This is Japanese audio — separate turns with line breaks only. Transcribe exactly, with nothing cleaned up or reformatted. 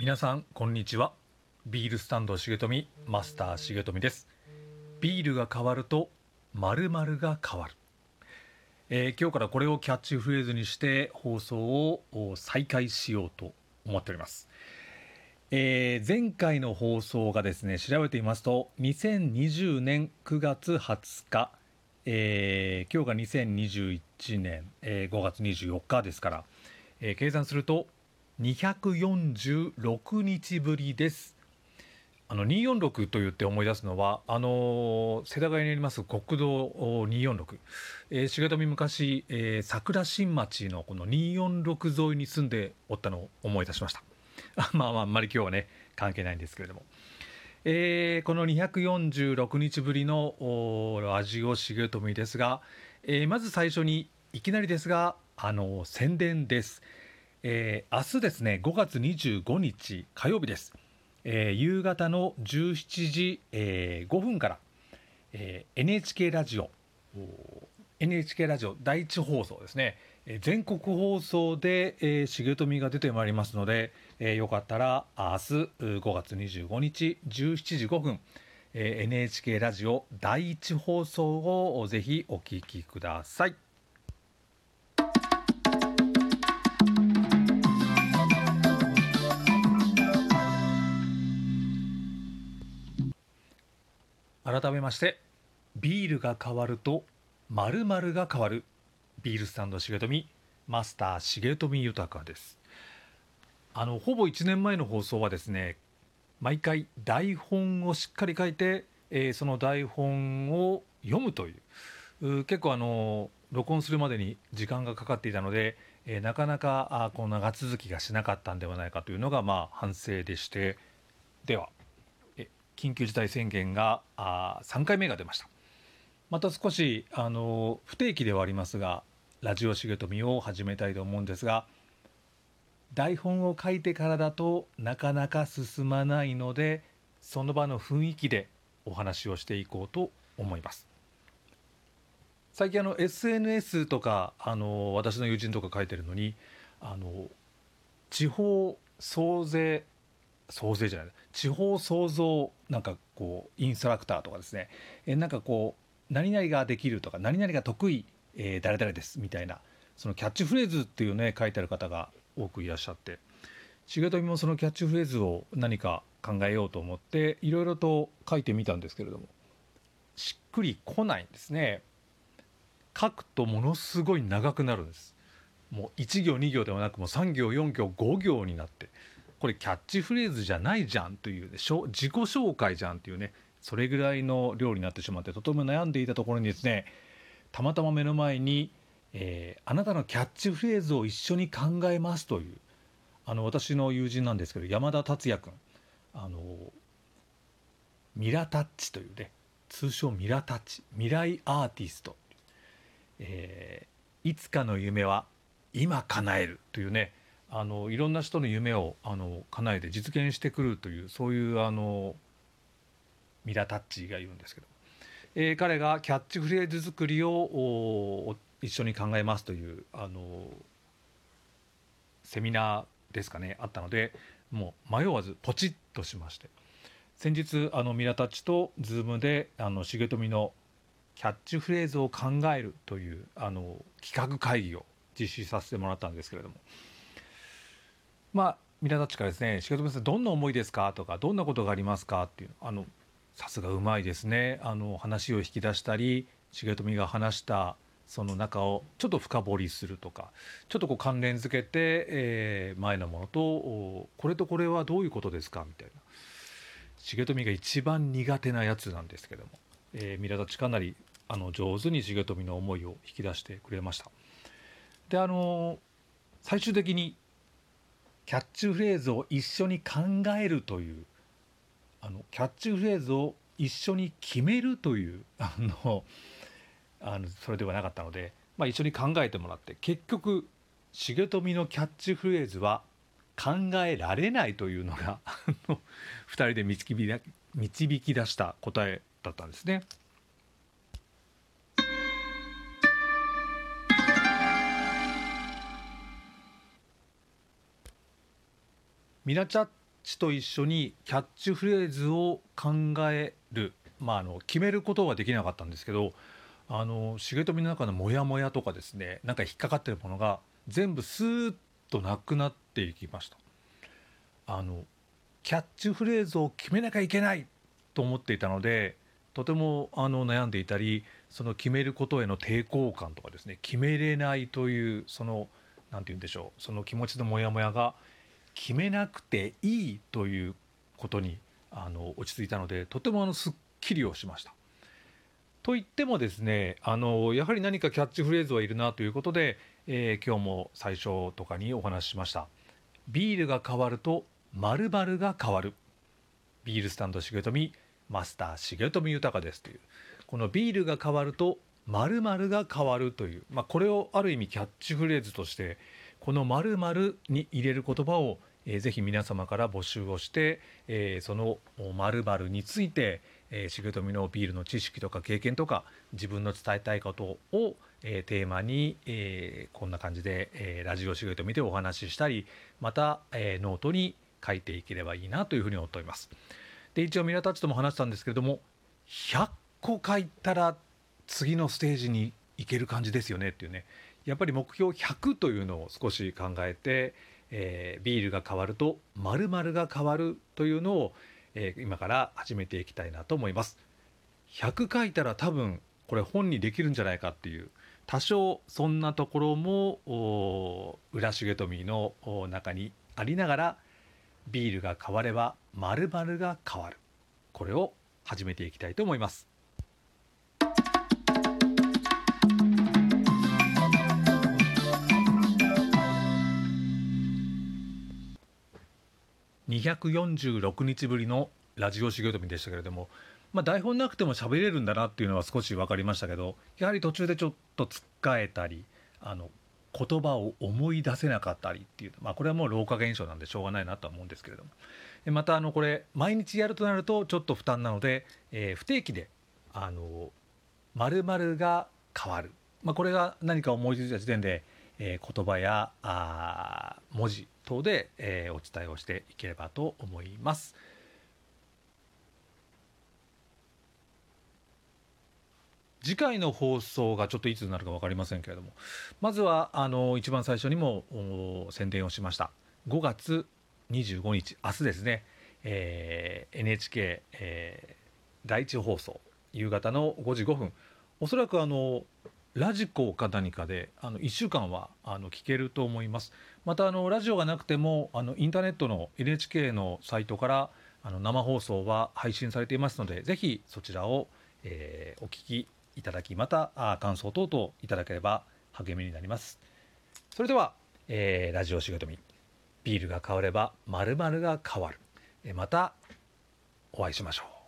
皆さんこんにちは。ビールスタンド重富マスター重富です。ビールが変わると〇〇が変わる、えー今日からこれをキャッチフレーズにして放送をお再開しようと思っております。えー前回の放送がですね、調べていますとにせんにじゅうねんくがつはつか、えー今日がにせんにじゅういちねん、えーごがつにじゅうよっかですから、えー計算するとにひゃくよんじゅうろくにちぶりです。あのにひゃくよんじゅうろくと言って思い出すのは、あの世田谷にあります国道にひゃくよんじゅうろく、えー、重富昔、えー桜新町のこのにひゃくよんじゅうろく沿いに住んでおったのを思い出しました。まあまああんまり今日はね関係ないんですけれども、えーこのにひゃくよんじゅうろくにちぶりのおラジオ重富ですが、えーまず最初にいきなりですが、あの宣伝です。えー明日ですね、ごがつにじゅうごにち火曜日です。えー夕方のじゅうしちじ、えーごふんから、えー エヌエイチケー ラジオおー エヌエイチケー ラジオ第一放送ですね、えー全国放送で、えー、重富が出てまいりますので、えーよかったら明日うごがつにじゅうごにちじゅうしちじごふん、えー エヌエイチケー ラジオ第一放送をぜひお聞きください。改めまして、ビールが変わると〇〇が変わる、ビールスタンド重富マスター重富豊です。あのほぼいちねんまえの放送はですね、毎回台本をしっかり書いて、えーその台本を読むという、う結構あの録音するまでに時間がかかっていたので、えーなかなかあこう長続きがしなかったんではないかというのがまあ反省でして、ではえ緊急事態宣言があさんかいめが出ました。また少しあの不定期ではありますがラジオ重富を始めたいと思うんですが、台本を書いてからだとなかなか進まないので、その場の雰囲気でお話をしていこうと思います。最近あの エスエヌエス とかあの私の友人とか書いてるのに、あの地方創生創生じゃない地方創造なんかこうインストラクターとかですね、えなんかこう何々ができるとか何々が得意、えー誰々ですみたいな、そのキャッチフレーズっていうね書いてある方が多くいらっしゃって、重富もそのキャッチフレーズを何か考えようと思っていろいろと書いてみたんですけれども、しっくりこないんですね。書くとものすごい長くなるんです。もういち行に行ではなくもうさん行よん行ご行になって、これキャッチフレーズじゃないじゃんという、ね、しょ自己紹介じゃんというね、それぐらいの量になってしまってとても悩んでいたところにですね、たまたま目の前に、えーあなたのキャッチフレーズを一緒に考えますという、あの私の友人なんですけど山田達也君、あのミラタッチというね、通称ミラタッチ未来アーティスト、えーいつかの夢は今叶えるというね、あのいろんな人の夢をあの叶えて実現してくるという、そういうあのミラタッチがいるんですけど、えー彼がキャッチフレーズ作りをお一緒に考えますというあのセミナーですかねあったので、もう迷わずポチッとしまして、先日あのミラタッチとズームであの重富のキャッチフレーズを考えるというあの企画会議を実施させてもらったんですけれども、まあミラタッチからですね、重富さんどんな思いですかとかどんなことがありますかっていう、あのさすがうまいですね、あの話を引き出したり重富が話したその中をちょっと深掘りするとか、ちょっとこう関連付けて、えー前のものとおこれとこれはどういうことですかみたいな、重富が一番苦手なやつなんですけども、えー、ミラタッチかなりあの上手に重富の思いを引き出してくれました。であの最終的にキャッチフレーズを一緒に考えるという、あのキャッチフレーズを一緒に決めるというあのあのそれではなかったので、まあ、一緒に考えてもらって、結局重富のキャッチフレーズは考えられないというのがあのふたりで導きだ導き出した答えだったんですね。ミラチャチと一緒にキャッチフレーズを考える、まあ、あの決めることはできなかったんですけど、あの重富の中のモヤモヤとかですね、なんか引っかかってるものが全部スーッとなくなっていきました。あのキャッチフレーズを決めなきゃいけないと思っていたので、とてもあの悩んでいたり、その決めることへの抵抗感とかですね、決めれないというその何て言うんでしょう、その気持ちのモヤモヤが決めなくていいということにあの落ち着いたので、とてもあのすっきりをしました。と言ってもですね、あのやはり何かキャッチフレーズはいるなということで、えー今日も最初とかにお話ししました。ビールが変わると〇〇が変わる。ビールスタンド重富マスター重富豊ですという、このビールが変わると〇〇が変わるという、まあ、これをある意味キャッチフレーズとして、この〇〇に入れる言葉を、えーぜひ皆様から募集をして、えーその〇〇について、えー重富のビールの知識とか経験とか自分の伝えたいことを、えーテーマに、えーこんな感じで、えーラジオ重富でお話ししたり、また、えーノートに書いていければいいなというふうに思っております。で一応ミラタッチとも話したんですけれども、ひゃっこ書いたら次のステージに行ける感じですよねっていうね、やっぱり目標ひゃくというのを少し考えて、えービールが変わると〇〇が変わるというのを、えー今から始めていきたいなと思います。ひゃく書いたら多分これ本にできるんじゃないかっていう、多少そんなところもお浦重富のお中にありながら、ビールが変われば〇〇が変わる、これを始めていきたいと思います。にひゃくよんじゅうろくにちぶりのラジオ重富でしたけれども、まあ、台本なくても喋れるんだなっていうのは少し分かりましたけど、やはり途中でちょっとつっかえたり、あの言葉を思い出せなかったりっていう、まあ、これはもう老化現象なんでしょうがないなとは思うんですけれども、えまたあのこれ毎日やるとなるとちょっと負担なので、えー不定期であの〇〇が変わる、まあ、これが何か思いついた時点で、えー言葉やあー文字等で、えーお伝えをしていければと思います。次回の放送がちょっといつになるか分かりませんけれども、まずはあの一番最初にもお宣伝をしましたごがつにじゅうごにち、明日ですね、えー エヌエイチケー、えー第一放送夕方のごじごふん、おそらくあのラジコか何かであのいっしゅうかんはあの聞けると思います。またあのラジオがなくてもあのインターネットの エヌエイチケー のサイトからあの生放送は配信されていますので、ぜひそちらを、えーお聞きいただき、またあ感想等々いただければ励みになります。それでは、えーラジオ重富、ビールが変われば〇〇が変わる、えーまたお会いしましょう。